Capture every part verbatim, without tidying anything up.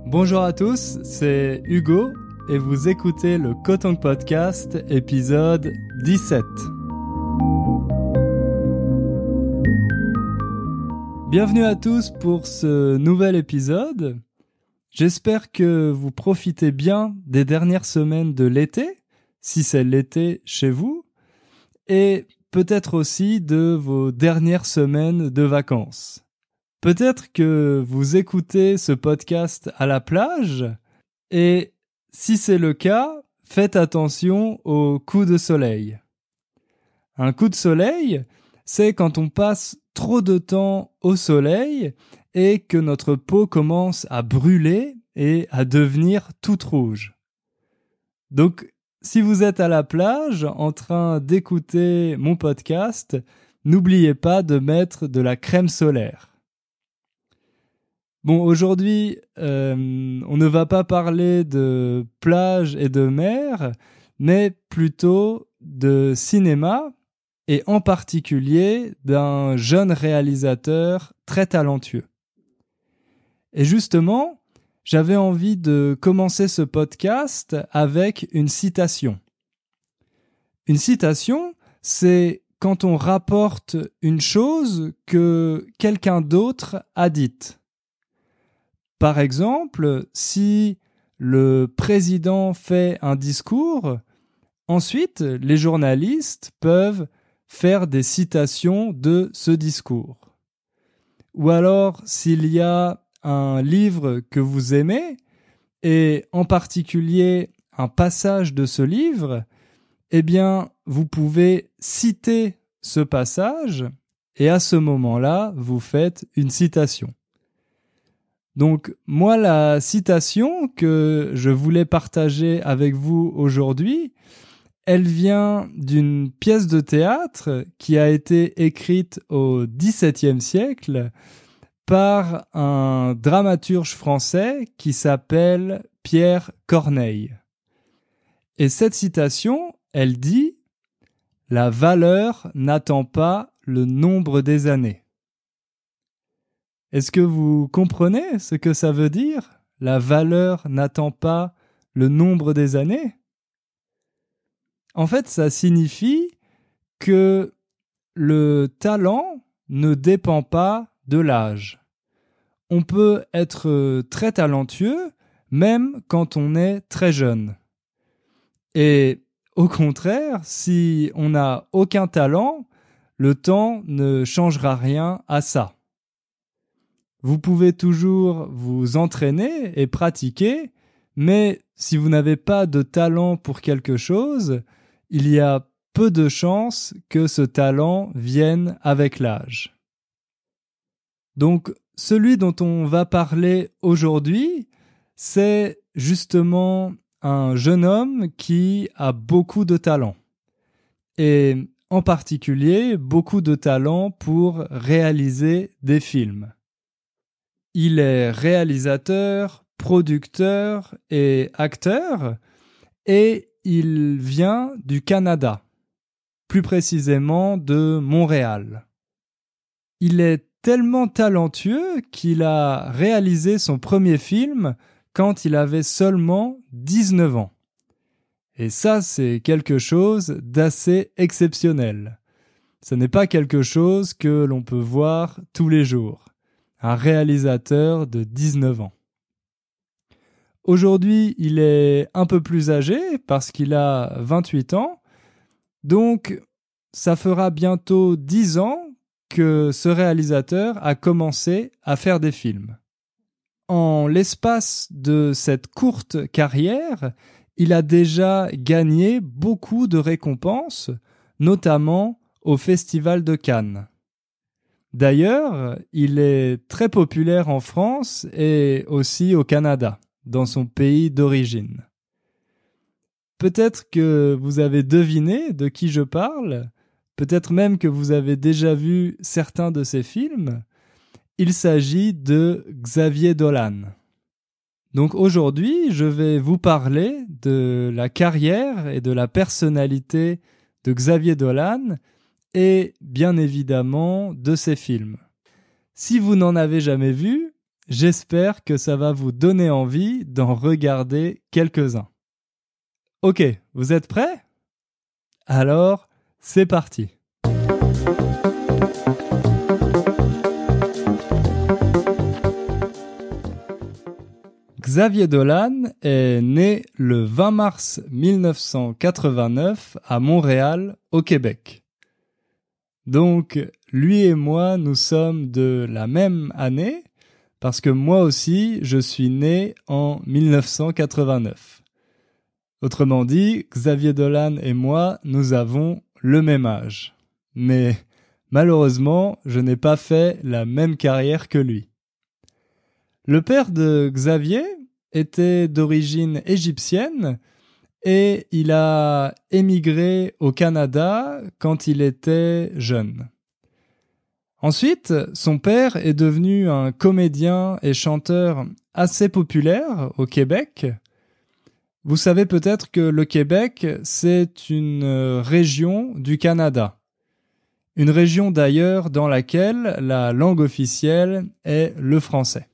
Bonjour à tous, c'est Hugo et vous écoutez le Coton Podcast épisode dix-sept. Bienvenue à tous pour ce nouvel épisode. J'espère que vous profitez bien des dernières semaines de l'été, si c'est l'été chez vous, et peut-être aussi de vos dernières semaines de vacances. Peut-être que vous écoutez ce podcast à la plage, et si c'est le cas, faites attention aux coups de soleil. Un coup de soleil, c'est quand on passe trop de temps au soleil et que notre peau commence à brûler et à devenir toute rouge. Donc, si vous êtes à la plage en train d'écouter mon podcast, n'oubliez pas de mettre de la crème solaire. Bon, aujourd'hui, euh, on ne va pas parler de plage et de mer, mais plutôt de cinéma, et en particulier d'un jeune réalisateur très talentueux. Et justement, j'avais envie de commencer ce podcast avec une citation. Une citation, c'est quand on rapporte une chose que quelqu'un d'autre a dite. Par exemple, si le président fait un discours, ensuite les journalistes peuvent faire des citations de ce discours. Ou alors, s'il y a un livre que vous aimez, et en particulier un passage de ce livre, eh bien, vous pouvez citer ce passage, et à ce moment-là, vous faites une citation. Donc, moi, la citation que je voulais partager avec vous aujourd'hui, elle vient d'une pièce de théâtre qui a été écrite au dix-septième siècle par un dramaturge français qui s'appelle Pierre Corneille. Et cette citation, elle dit « La valeur n'attend pas le nombre des années ». Est-ce que vous comprenez ce que ça veut dire ? La valeur n'attend pas le nombre des années ? En fait, ça signifie que le talent ne dépend pas de l'âge. On peut être très talentueux même quand on est très jeune. Et au contraire, si on n'a aucun talent, le temps ne changera rien à ça. Vous pouvez toujours vous entraîner et pratiquer, mais si vous n'avez pas de talent pour quelque chose, il y a peu de chances que ce talent vienne avec l'âge. Donc, celui dont on va parler aujourd'hui, c'est justement un jeune homme qui a beaucoup de talent. Et en particulier, beaucoup de talent pour réaliser des films. Il est réalisateur, producteur et acteur, et il vient du Canada, plus précisément de Montréal. Il est tellement talentueux qu'il a réalisé son premier film quand il avait seulement dix-neuf ans. Et ça, c'est quelque chose d'assez exceptionnel. Ce n'est pas quelque chose que l'on peut voir tous les jours. Un réalisateur de dix-neuf ans. Aujourd'hui, il est un peu plus âgé parce qu'il a vingt-huit ans. Donc, ça fera bientôt dix ans que ce réalisateur a commencé à faire des films. En l'espace de cette courte carrière, il a déjà gagné beaucoup de récompenses, notamment au Festival de Cannes. D'ailleurs, il est très populaire en France et aussi au Canada, dans son pays d'origine. Peut-être que vous avez deviné de qui je parle, peut-être même que vous avez déjà vu certains de ses films. Il s'agit de Xavier Dolan. Donc aujourd'hui, je vais vous parler de la carrière et de la personnalité de Xavier Dolan et bien évidemment de ses films. Si vous n'en avez jamais vu, J'espère que ça va vous donner envie d'en regarder quelques-uns. Ok, vous êtes prêts? Alors, c'est parti. Xavier Dolan est né le vingt mars mille neuf cent quatre-vingt-neuf à Montréal, au Québec. Donc, lui et moi, nous sommes de la même année, parce que moi aussi, je suis né en mille neuf cent quatre-vingt-neuf. Autrement dit, Xavier Dolan et moi, nous avons le même âge. Mais malheureusement, je n'ai pas fait la même carrière que lui. Le père de Xavier était d'origine égyptienne et il a émigré au Canada quand il était jeune. Ensuite, son père est devenu un comédien et chanteur assez populaire au Québec. Vous savez peut-être que le Québec, c'est une région du Canada. Une région d'ailleurs dans laquelle la langue officielle est le français.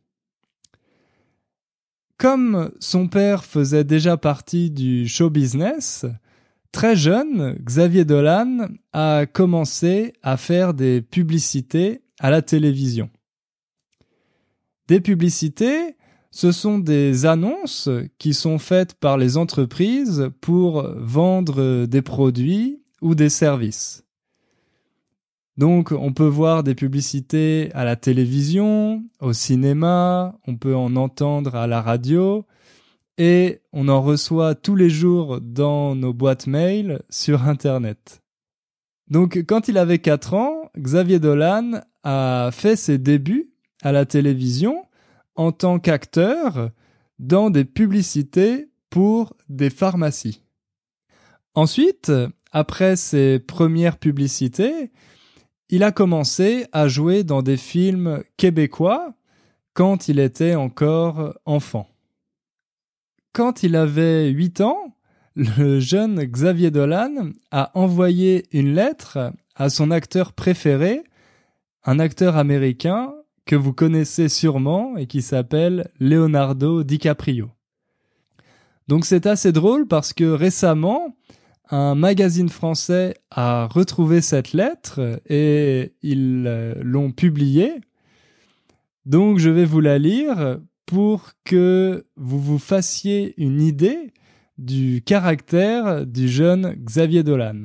Comme son père faisait déjà partie du show business, très jeune, Xavier Dolan a commencé à faire des publicités à la télévision. Des publicités, ce sont des annonces qui sont faites par les entreprises pour vendre des produits ou des services. Donc, on peut voir des publicités à la télévision, au cinéma, on peut en entendre à la radio, et on en reçoit tous les jours dans nos boîtes mail sur Internet. Donc, quand il avait quatre ans, Xavier Dolan a fait ses débuts à la télévision en tant qu'acteur dans des publicités pour des pharmacies. Ensuite, après ses premières publicités, il a commencé à jouer dans des films québécois quand il était encore enfant. Quand il avait huit ans, le jeune Xavier Dolan a envoyé une lettre à son acteur préféré, un acteur américain que vous connaissez sûrement et qui s'appelle Leonardo DiCaprio. Donc c'est assez drôle parce que récemment, un magazine français a retrouvé cette lettre et ils l'ont publiée. Donc je vais vous la lire pour que vous vous fassiez une idée du caractère du jeune Xavier Dolan.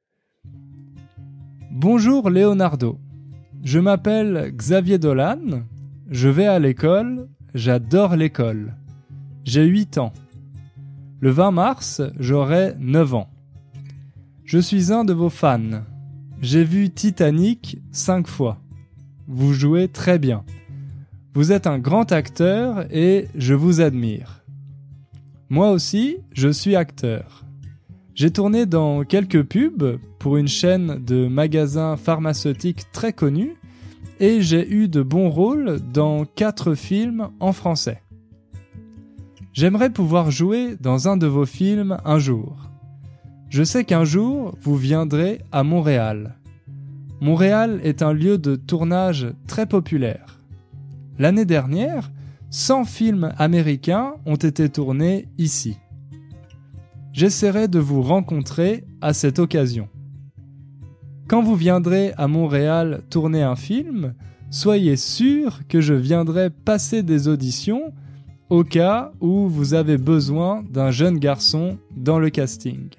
Bonjour Leonardo, je m'appelle Xavier Dolan, je vais à l'école, j'adore l'école. J'ai huit ans. Le vingt mars, j'aurai neuf ans. Je suis un de vos fans. J'ai vu Titanic cinq fois. Vous jouez très bien. Vous êtes un grand acteur et je vous admire. Moi aussi, je suis acteur. J'ai tourné dans quelques pubs pour une chaîne de magasins pharmaceutiques très connue et j'ai eu de bons rôles dans quatre films en français. J'aimerais pouvoir jouer dans un de vos films un jour. Je sais qu'un jour, vous viendrez à Montréal. Montréal est un lieu de tournage très populaire. L'année dernière, cent films américains ont été tournés ici. J'essaierai de vous rencontrer à cette occasion. Quand vous viendrez à Montréal tourner un film, soyez sûr que je viendrai passer des auditions au cas où vous avez besoin d'un jeune garçon dans le casting.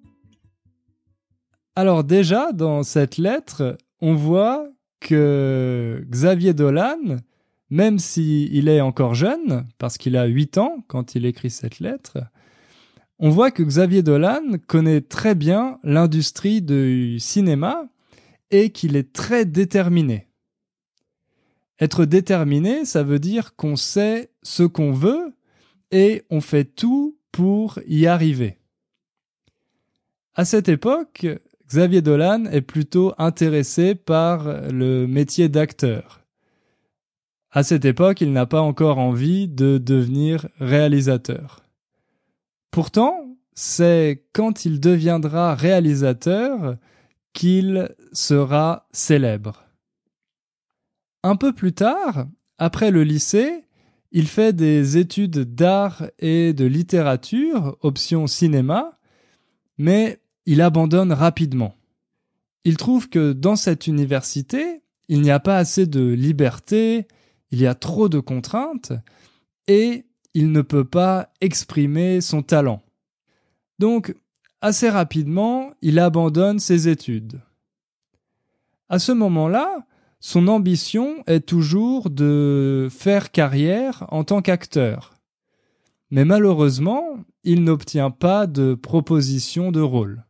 Alors déjà, dans cette lettre, on voit que Xavier Dolan, même s'il est encore jeune, parce qu'il a huit ans quand il écrit cette lettre, on voit que Xavier Dolan connaît très bien l'industrie du cinéma et qu'il est très déterminé. Être déterminé, ça veut dire qu'on sait ce qu'on veut et on fait tout pour y arriver. À cette époque, Xavier Dolan est plutôt intéressé par le métier d'acteur. À cette époque, il n'a pas encore envie de devenir réalisateur. Pourtant, c'est quand il deviendra réalisateur qu'il sera célèbre. Un peu plus tard, après le lycée, il fait des études d'art et de littérature, option cinéma, mais il abandonne rapidement. Il trouve que dans cette université, il n'y a pas assez de liberté, il y a trop de contraintes, et il ne peut pas exprimer son talent. Donc, assez rapidement, il abandonne ses études. À ce moment-là, son ambition est toujours de faire carrière en tant qu'acteur. Mais malheureusement, il n'obtient pas de proposition de rôle.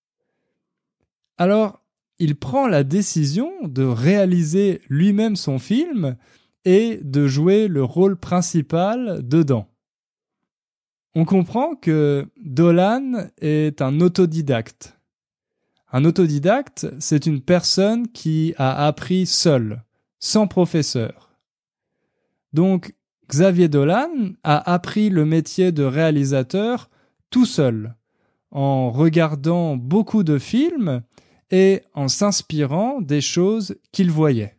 Alors, il prend la décision de réaliser lui-même son film et de jouer le rôle principal dedans. On comprend que Dolan est un autodidacte. Un autodidacte, c'est une personne qui a appris seul, sans professeur. Donc, Xavier Dolan a appris le métier de réalisateur tout seul, en regardant beaucoup de films et en s'inspirant des choses qu'il voyait.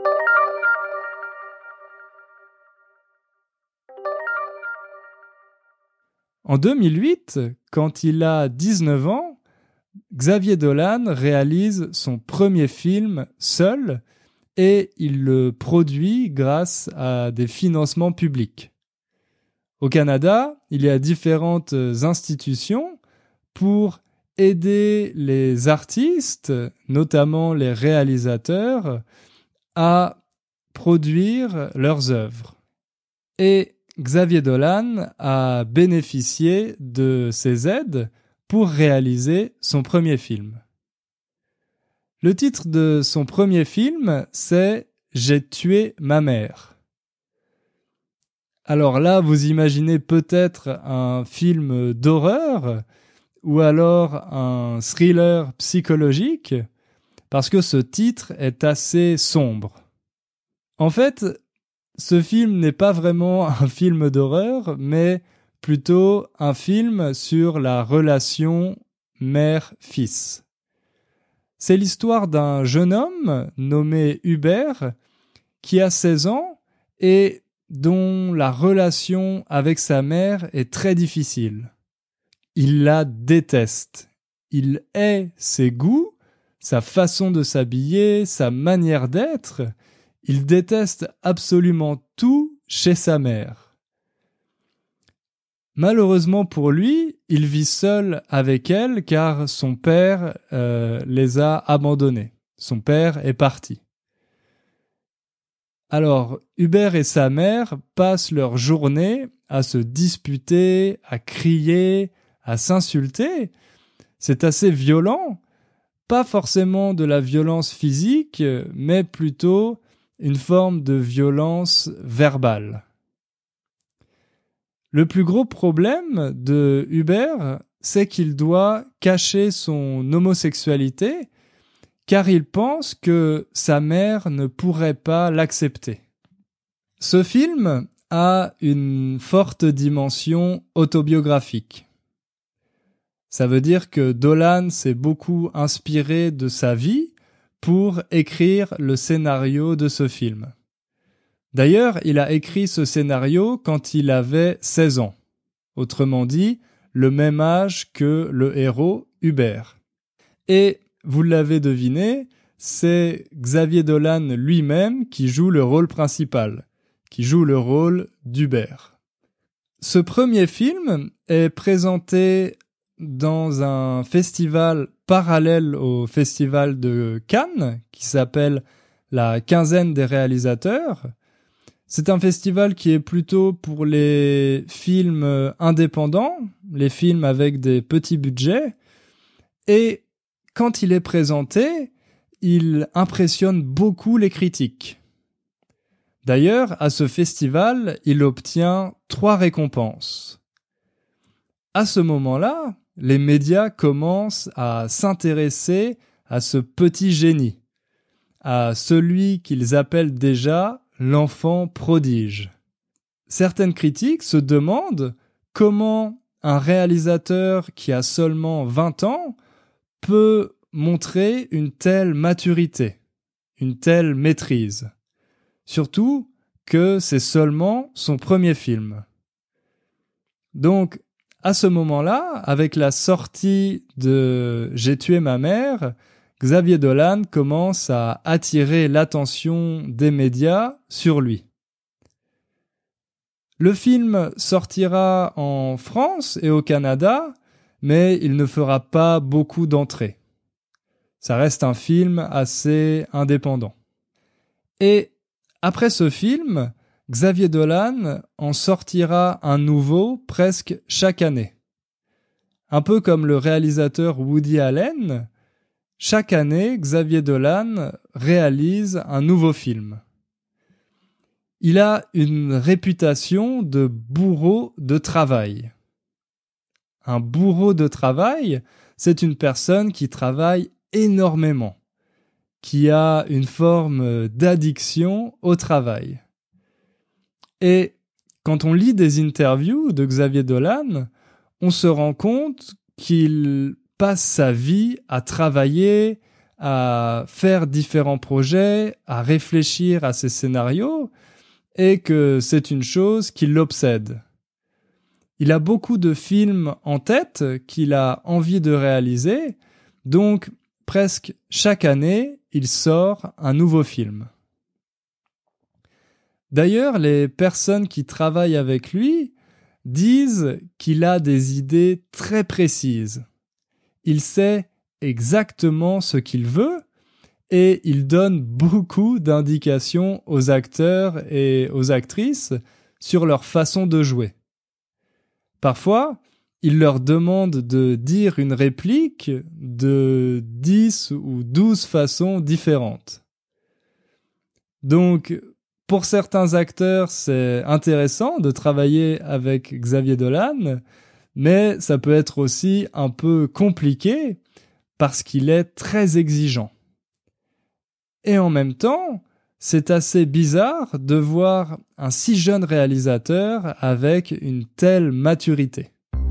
En deux mille huit, quand il a dix-neuf ans, Xavier Dolan réalise son premier film seul et il le produit grâce à des financements publics. Au Canada, il y a différentes institutions pour aider les artistes, notamment les réalisateurs, à produire leurs œuvres. Et Xavier Dolan a bénéficié de ces aides pour réaliser son premier film. Le titre de son premier film, c'est « J'ai tué ma mère ». Alors là, vous imaginez peut-être un film d'horreur ou alors un thriller psychologique, parce que ce titre est assez sombre. En fait, ce film n'est pas vraiment un film d'horreur, mais plutôt un film sur la relation mère-fils. C'est l'histoire d'un jeune homme nommé Hubert qui a seize ans et dont la relation avec sa mère est très difficile. Il la déteste. Il hait ses goûts, sa façon de s'habiller, sa manière d'être. Il déteste absolument tout chez sa mère. Malheureusement pour lui, il vit seul avec elle car son père euh, les a abandonnés. Son père est parti. Alors, Hubert et sa mère passent leur journée à se disputer, à crier, à s'insulter. C'est assez violent, pas forcément de la violence physique, mais plutôt une forme de violence verbale. Le plus gros problème de Hubert, c'est qu'il doit cacher son homosexualité car il pense que sa mère ne pourrait pas l'accepter. Ce film a une forte dimension autobiographique. Ça veut dire que Dolan s'est beaucoup inspiré de sa vie pour écrire le scénario de ce film. D'ailleurs, il a écrit ce scénario quand il avait seize ans. Autrement dit, le même âge que le héros Hubert. Et, vous l'avez deviné, c'est Xavier Dolan lui-même qui joue le rôle principal, qui joue le rôle d'Hubert. Ce premier film est présenté dans un festival parallèle au festival de Cannes, qui s'appelle la Quinzaine des réalisateurs. C'est un festival qui est plutôt pour les films indépendants, les films avec des petits budgets. Et quand il est présenté, il impressionne beaucoup les critiques. D'ailleurs, à ce festival, il obtient trois récompenses. À ce moment-là, les médias commencent à s'intéresser à ce petit génie, à celui qu'ils appellent déjà l'enfant prodige. Certaines critiques se demandent comment un réalisateur qui a seulement vingt ans peut montrer une telle maturité, une telle maîtrise. Surtout que c'est seulement son premier film. Donc, à ce moment-là, avec la sortie de J'ai tué ma mère, Xavier Dolan commence à attirer l'attention des médias sur lui. Le film sortira en France et au Canada, mais il ne fera pas beaucoup d'entrées. Ça reste un film assez indépendant. Et après ce film, Xavier Dolan en sortira un nouveau presque chaque année. Un peu comme le réalisateur Woody Allen, chaque année, Xavier Dolan réalise un nouveau film. Il a une réputation de bourreau de travail. Un bourreau de travail, c'est une personne qui travaille énormément, qui a une forme d'addiction au travail. Et quand on lit des interviews de Xavier Dolan, on se rend compte qu'il passe sa vie à travailler, à faire différents projets, à réfléchir à ses scénarios, et que c'est une chose qui l'obsède. Il a beaucoup de films en tête qu'il a envie de réaliser, donc presque chaque année, il sort un nouveau film. D'ailleurs, les personnes qui travaillent avec lui disent qu'il a des idées très précises. Il sait exactement ce qu'il veut et il donne beaucoup d'indications aux acteurs et aux actrices sur leur façon de jouer. Parfois, il leur demande de dire une réplique de dix ou douze façons différentes. Donc, pour certains acteurs, c'est intéressant de travailler avec Xavier Dolan, mais ça peut être aussi un peu compliqué parce qu'il est très exigeant. Et en même temps, c'est assez bizarre de voir un si jeune réalisateur avec une telle maturité.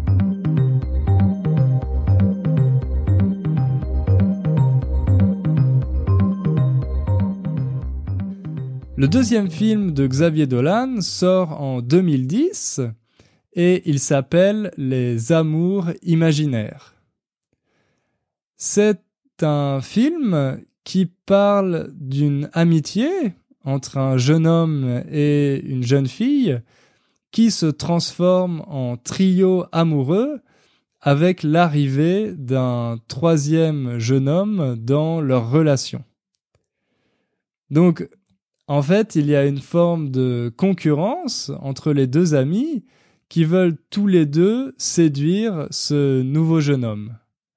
Le deuxième film de Xavier Dolan sort en deux mille dix et il s'appelle Les Amours imaginaires. C'est un film qui parle d'une amitié entre un jeune homme et une jeune fille qui se transforme en trio amoureux avec l'arrivée d'un troisième jeune homme dans leur relation. Donc, en fait, il y a une forme de concurrence entre les deux amis qui veulent tous les deux séduire ce nouveau jeune homme.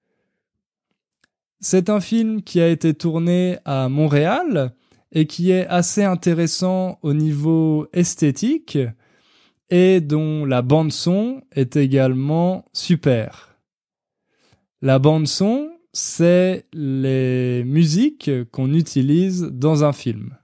C'est un film qui a été tourné à Montréal et qui est assez intéressant au niveau esthétique et dont la bande-son est également super. La bande-son, c'est les musiques qu'on utilise dans un film.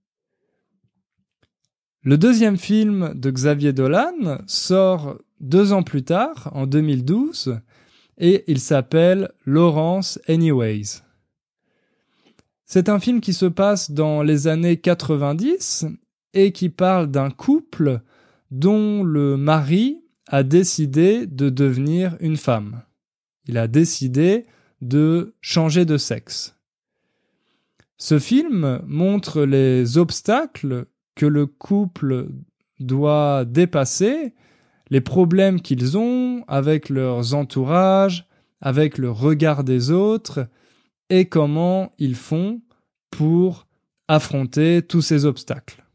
Le deuxième film de Xavier Dolan sort deux ans plus tard, en deux mille douze, et il s'appelle Lawrence Anyways. C'est un film qui se passe dans les années quatre-vingt-dix et qui parle d'un couple dont le mari a décidé de devenir une femme. Il a décidé de changer de sexe. Ce film montre les obstacles que le couple doit dépasser, les problèmes qu'ils ont avec leurs entourages, avec le regard des autres, et comment ils font pour affronter tous ces obstacles.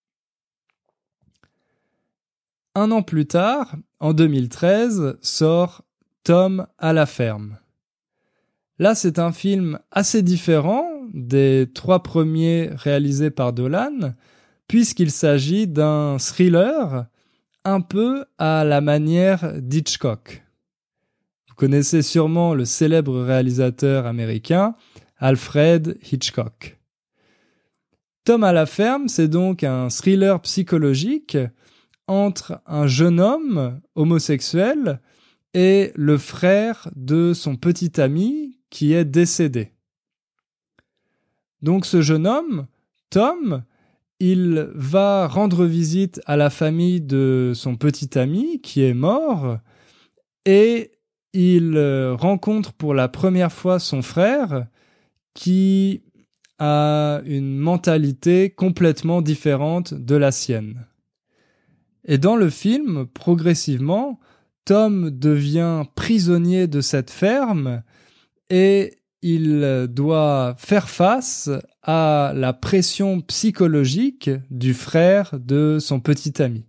Un an plus tard, en deux mille treize, sort Tom à la ferme. Là, c'est un film assez différent des trois premiers réalisés par Dolan, puisqu'il s'agit d'un thriller un peu à la manière d'Hitchcock. Vous connaissez sûrement le célèbre réalisateur américain Alfred Hitchcock. Tom à la ferme, c'est donc un thriller psychologique entre un jeune homme homosexuel et le frère de son petit ami qui est décédé. Donc ce jeune homme, Tom, il va rendre visite à la famille de son petit ami qui est mort et il rencontre pour la première fois son frère qui a une mentalité complètement différente de la sienne. Et dans le film, progressivement, Tom devient prisonnier de cette ferme et il doit faire face à la pression psychologique du frère de son petit ami.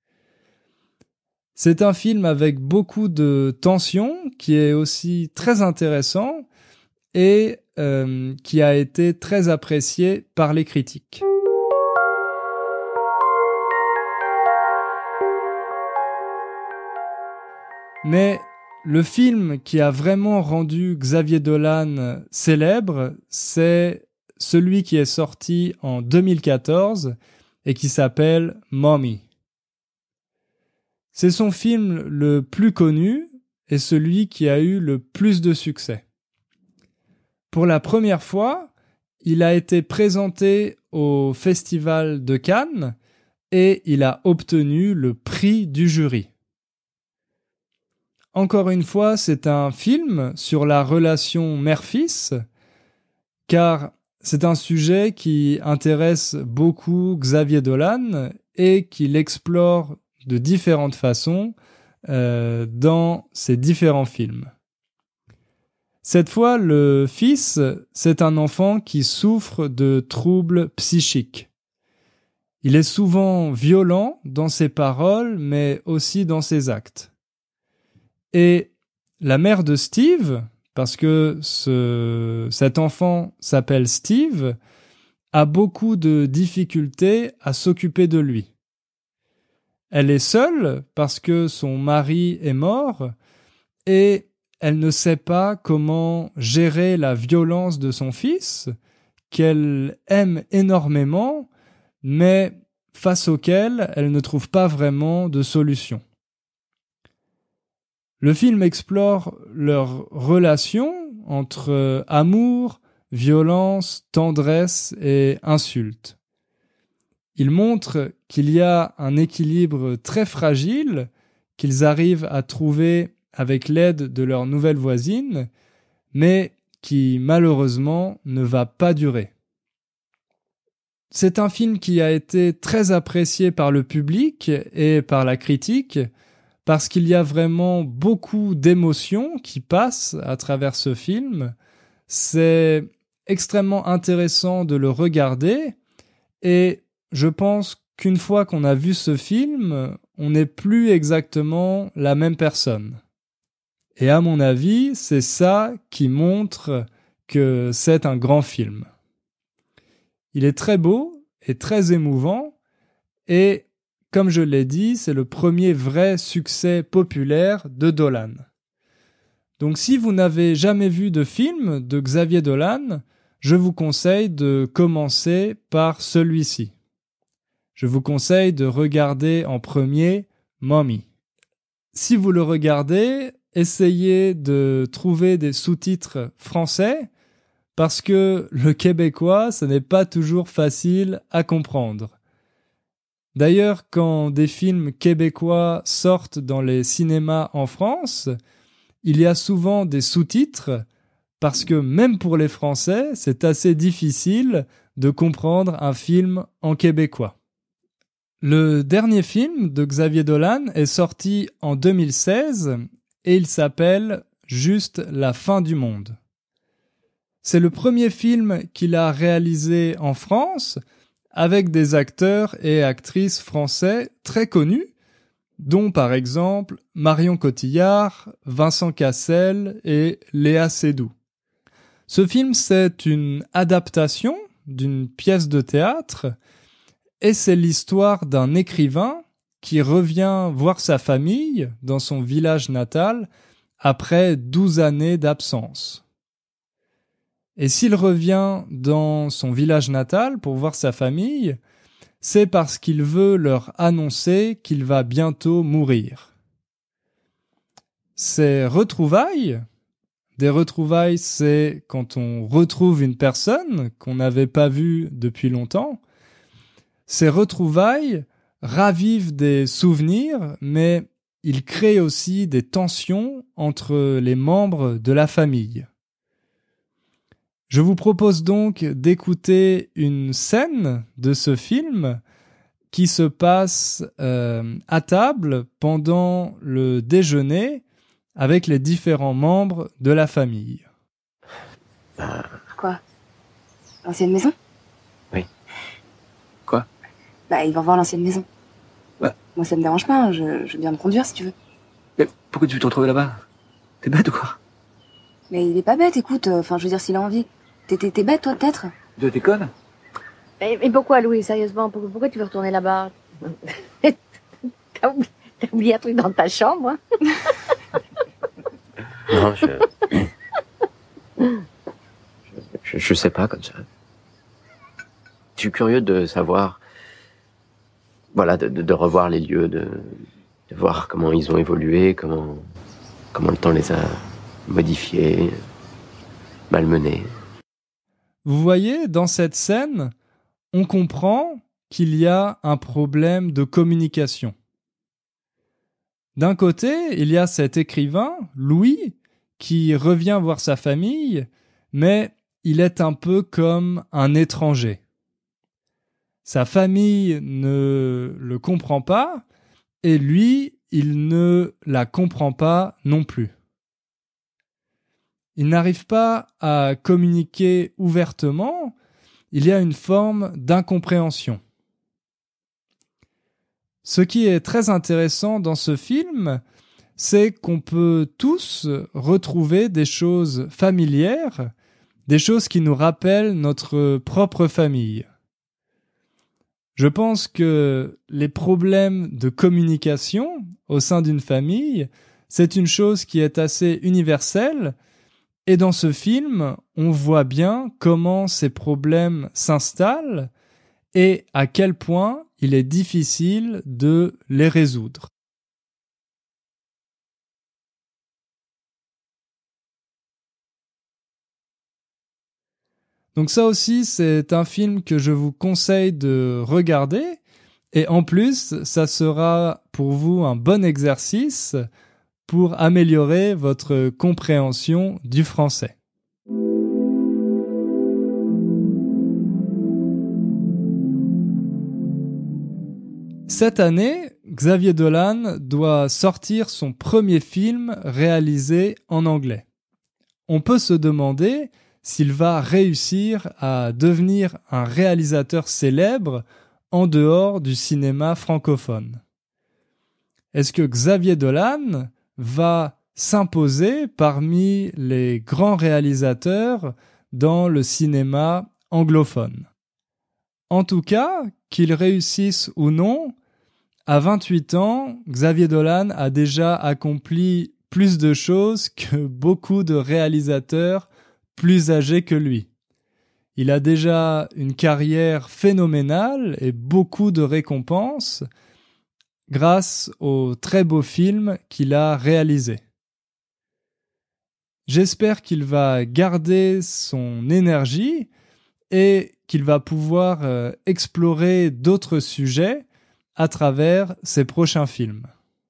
C'est un film avec beaucoup de tension qui est aussi très intéressant et euh, qui a été très apprécié par les critiques. Mais le film qui a vraiment rendu Xavier Dolan célèbre, c'est celui qui est sorti en deux mille quatorze et qui s'appelle Mommy. C'est son film le plus connu et celui qui a eu le plus de succès. Pour la première fois, il a été présenté au Festival de Cannes et il a obtenu le prix du jury. Encore une fois, c'est un film sur la relation mère-fils, car c'est un sujet qui intéresse beaucoup Xavier Dolan et qu'il explore de différentes façons euh, dans ses différents films. Cette fois, le fils, c'est un enfant qui souffre de troubles psychiques. Il est souvent violent dans ses paroles, mais aussi dans ses actes. Et la mère de Steve, parce que ce, cet enfant s'appelle Steve, a beaucoup de difficultés à s'occuper de lui. Elle est seule parce que son mari est mort et elle ne sait pas comment gérer la violence de son fils, qu'elle aime énormément, mais face auquel elle ne trouve pas vraiment de solution. Le film explore leur relation entre amour, violence, tendresse et insulte. Il montre qu'il y a un équilibre très fragile qu'ils arrivent à trouver avec l'aide de leur nouvelle voisine, mais qui malheureusement ne va pas durer. C'est un film qui a été très apprécié par le public et par la critique, parce qu'il y a vraiment beaucoup d'émotions qui passent à travers ce film. C'est extrêmement intéressant de le regarder et je pense qu'une fois qu'on a vu ce film, on n'est plus exactement la même personne. Et à mon avis, c'est ça qui montre que c'est un grand film. Il est très beau et très émouvant et comme je l'ai dit, c'est le premier vrai succès populaire de Dolan. Donc si vous n'avez jamais vu de film de Xavier Dolan, je vous conseille de commencer par celui-ci. Je vous conseille de regarder en premier Mommy. Si vous le regardez, essayez de trouver des sous-titres français parce que le québécois, ce n'est pas toujours facile à comprendre. D'ailleurs, quand des films québécois sortent dans les cinémas en France, il y a souvent des sous-titres parce que même pour les Français, c'est assez difficile de comprendre un film en québécois. Le dernier film de Xavier Dolan est sorti en deux mille seize et il s'appelle Juste la fin du monde. C'est le premier film qu'il a réalisé en France avec des acteurs et actrices français très connus, dont par exemple Marion Cotillard, Vincent Cassel et Léa Seydoux. Ce film, c'est une adaptation d'une pièce de théâtre et c'est l'histoire d'un écrivain qui revient voir sa famille dans son village natal après douze années d'absence. Et s'il revient dans son village natal pour voir sa famille, c'est parce qu'il veut leur annoncer qu'il va bientôt mourir. Ces retrouvailles, des retrouvailles, c'est quand on retrouve une personne qu'on n'avait pas vue depuis longtemps, Ces retrouvailles ravivent des souvenirs, mais ils créent aussi des tensions entre les membres de la famille. Je vous propose donc d'écouter une scène de ce film qui se passe euh, à table pendant le déjeuner avec les différents membres de la famille. Quoi? L'ancienne maison? Oui. Quoi? Bah, ils vont voir l'ancienne maison. Ouais. Moi, ça me dérange pas, hein. je, je veux bien me conduire si tu veux. Mais pourquoi tu veux te retrouver là-bas? T'es bête ou quoi? Mais il est pas bête, écoute, enfin, euh, je veux dire, s'il a envie. T'es, t'es, t'es bête, toi, peut-être? Tu t'es conne? Mais, mais pourquoi, Louis, sérieusement? Pourquoi, pourquoi tu veux retourner là-bas? T'as oublié, t'as oublié un truc dans ta chambre, hein? Non, je... je... Je sais pas, comme ça. Je suis curieux de savoir... Voilà, de, de, de revoir les lieux, de, de voir comment ils ont évolué, comment, comment le temps les a modifiés, malmenés. Vous voyez, dans cette scène, on comprend qu'il y a un problème de communication. D'un côté, il y a cet écrivain, Louis, qui revient voir sa famille, mais il est un peu comme un étranger. Sa famille ne le comprend pas, et lui, il ne la comprend pas non plus. Il n'arrive pas à communiquer ouvertement, il y a une forme d'incompréhension. Ce qui est très intéressant dans ce film, c'est qu'on peut tous retrouver des choses familières, des choses qui nous rappellent notre propre famille. Je pense que les problèmes de communication au sein d'une famille, c'est une chose qui est assez universelle, et dans ce film, on voit bien comment ces problèmes s'installent et à quel point il est difficile de les résoudre. Donc ça aussi, c'est un film que je vous conseille de regarder, et en plus, ça sera pour vous un bon exercice pour améliorer votre compréhension du français. Cette année, Xavier Dolan doit sortir son premier film réalisé en anglais. On peut se demander s'il va réussir à devenir un réalisateur célèbre en dehors du cinéma francophone. Est-ce que Xavier Dolan va s'imposer parmi les grands réalisateurs dans le cinéma anglophone? En tout cas, qu'il réussisse ou non, à vingt-huit ans, Xavier Dolan a déjà accompli plus de choses que beaucoup de réalisateurs plus âgés que lui. Il a déjà une carrière phénoménale et beaucoup de récompenses grâce aux très beaux films qu'il a réalisés. J'espère qu'il va garder son énergie et qu'il va pouvoir euh, explorer d'autres sujets à travers ses prochains films.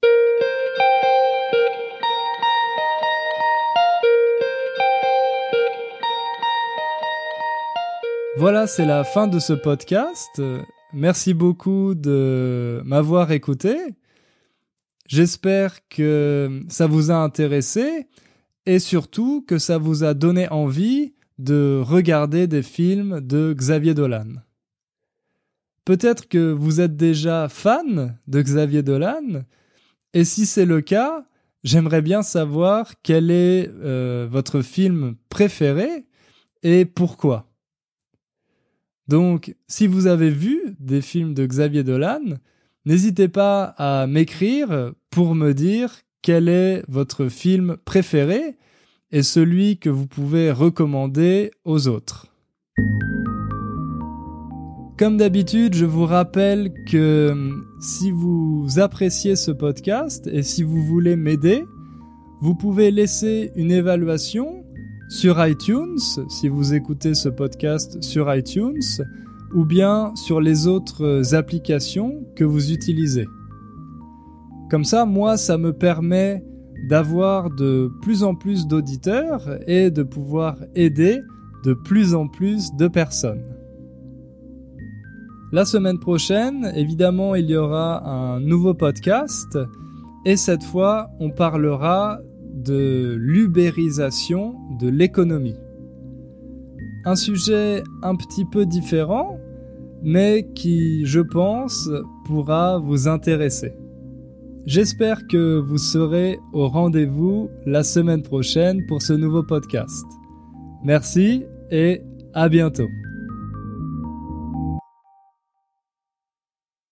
Voilà, c'est la fin de ce podcast. Merci beaucoup de m'avoir écouté. J'espère que ça vous a intéressé et surtout que ça vous a donné envie de regarder des films de Xavier Dolan. Peut-être que vous êtes déjà fan de Xavier Dolan, et si c'est le cas, j'aimerais bien savoir quel est euh, votre film préféré et pourquoi. Donc, si vous avez vu des films de Xavier Dolan, n'hésitez pas à m'écrire pour me dire quel est votre film préféré et celui que vous pouvez recommander aux autres. Comme d'habitude, je vous rappelle que si vous appréciez ce podcast et si vous voulez m'aider, vous pouvez laisser une évaluation sur iTunes, si vous écoutez ce podcast sur iTunes, ou bien sur les autres applications que vous utilisez. Comme ça, moi, ça me permet d'avoir de plus en plus d'auditeurs et de pouvoir aider de plus en plus de personnes. La semaine prochaine, évidemment, il y aura un nouveau podcast et cette fois, on parlera de l'ubérisation de l'économie. Un sujet un petit peu différent, mais qui, je pense, pourra vous intéresser. J'espère que vous serez au rendez-vous la semaine prochaine pour ce nouveau podcast. Merci et à bientôt.